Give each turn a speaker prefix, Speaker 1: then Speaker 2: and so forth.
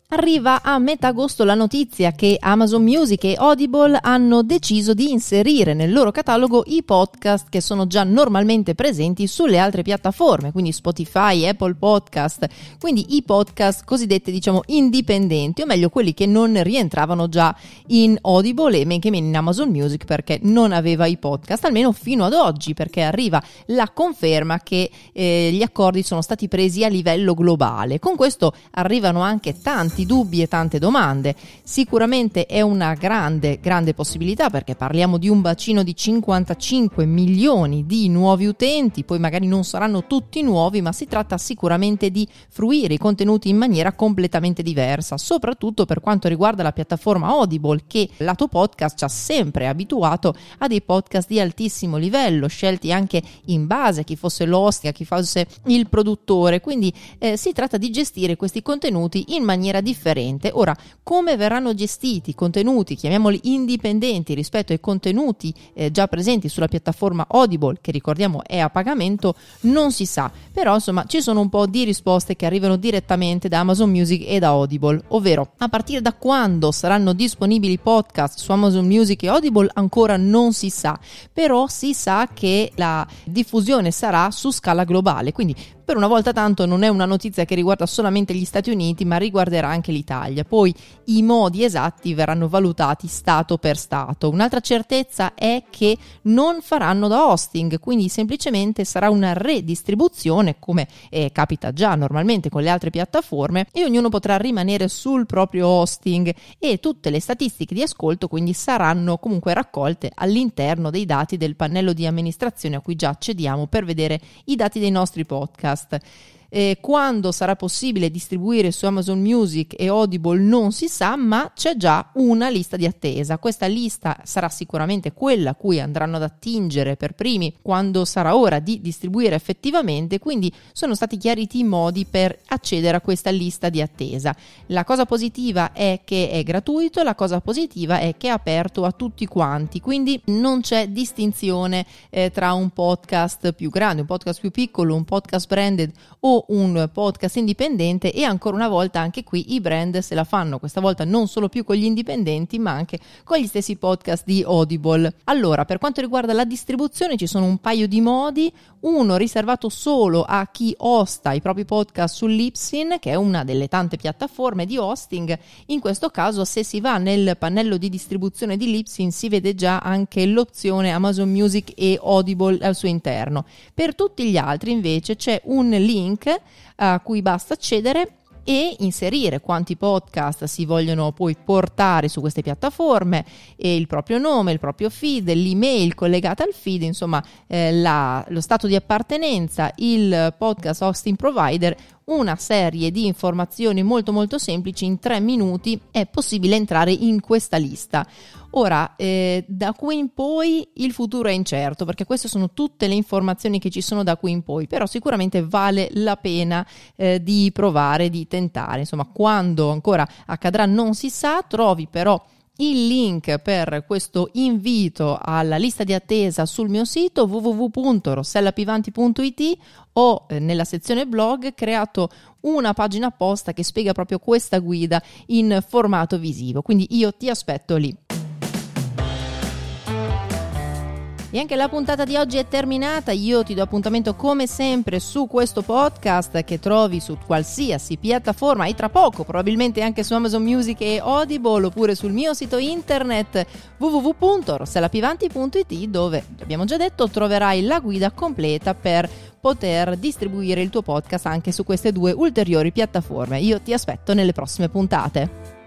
Speaker 1: Arriva a metà agosto la notizia che Amazon Music e Audible hanno deciso di inserire nel loro catalogo i podcast che sono già normalmente presenti sulle altre piattaforme, quindi Spotify, Apple Podcast, quindi i podcast cosiddetti indipendenti, o meglio quelli che non rientravano già in Audible e men che meno in Amazon Music perché non aveva i podcast, almeno fino ad oggi, perché arriva la conferma che gli accordi sono stati presi a livello globale. Con questo arrivano anche tanti dubbi e tante domande. Sicuramente è una grande possibilità, perché parliamo di un bacino di 55 milioni di nuovi utenti, poi magari non saranno tutti nuovi, ma si tratta sicuramente di fruire i contenuti in maniera completamente diversa, soprattutto per quanto riguarda la piattaforma Audible, che lato podcast ci ha sempre abituato a dei podcast di altissimo livello, scelti anche in base a chi fosse l'host, a chi fosse il produttore, quindi si tratta di gestire questi contenuti in maniera differente. Ora, come verranno gestiti i contenuti, chiamiamoli indipendenti, rispetto ai contenuti già presenti sulla piattaforma Audible, che ricordiamo è a pagamento, non si sa, però insomma ci sono un po' di risposte che arrivano direttamente da Amazon Music e da Audible, ovvero a partire da quando saranno disponibili podcast su Amazon Music e Audible ancora non si sa, però si sa che la diffusione sarà su scala globale, quindi per una volta tanto non è una notizia che riguarda solamente gli Stati Uniti, ma riguarderà anche l'Italia. Poi i modi esatti verranno valutati stato per stato. Un'altra certezza è che non faranno da hosting, quindi semplicemente sarà una redistribuzione, come capita già normalmente con le altre piattaforme, e ognuno potrà rimanere sul proprio hosting e tutte le statistiche di ascolto quindi saranno comunque raccolte all'interno dei dati del pannello di amministrazione a cui già accediamo per vedere i dati dei nostri podcast. Quando sarà possibile distribuire su Amazon Music e Audible non si sa, ma c'è già una lista di attesa. Questa lista sarà sicuramente quella a cui andranno ad attingere per primi quando sarà ora di distribuire effettivamente, quindi sono stati chiariti i modi per accedere a questa lista di attesa. La cosa positiva è che è gratuito, la cosa positiva è che è aperto a tutti quanti, quindi non c'è distinzione tra un podcast più grande, un podcast più piccolo, un podcast branded o un podcast indipendente, e ancora una volta anche qui i brand se la fanno, questa volta non solo più con gli indipendenti ma anche con gli stessi podcast di Audible. Allora, per quanto riguarda la distribuzione ci sono un paio di modi, uno riservato solo a chi hosta i propri podcast su Libsyn, che è una delle tante piattaforme di hosting. In questo caso, se si va nel pannello di distribuzione di Libsyn, si vede già anche l'opzione Amazon Music e Audible al suo interno. Per tutti gli altri invece c'è un link a cui basta accedere e inserire quanti podcast si vogliono poi portare su queste piattaforme, e il proprio nome, il proprio feed, l'email collegata al feed, insomma lo stato di appartenenza, il podcast hosting provider, una serie di informazioni molto molto semplici. In 3 minuti è possibile entrare in questa lista. Ora, da qui in poi il futuro è incerto, perché queste sono tutte le informazioni che ci sono da qui in poi, però sicuramente vale la pena di provare, di tentare. Insomma, quando ancora accadrà non si sa. Trovi però il link per questo invito alla lista di attesa sul mio sito www.rossellapivanti.it, o nella sezione blog creato una pagina apposta che spiega proprio questa guida in formato visivo, quindi io ti aspetto lì. E anche la puntata di oggi è terminata. Io ti do appuntamento come sempre su questo podcast che trovi su qualsiasi piattaforma, e tra poco probabilmente anche su Amazon Music e Audible, oppure sul mio sito internet www.rossellapivanti.it, dove, abbiamo già detto, troverai la guida completa per poter distribuire il tuo podcast anche su queste 2 ulteriori piattaforme. Io ti aspetto nelle prossime puntate.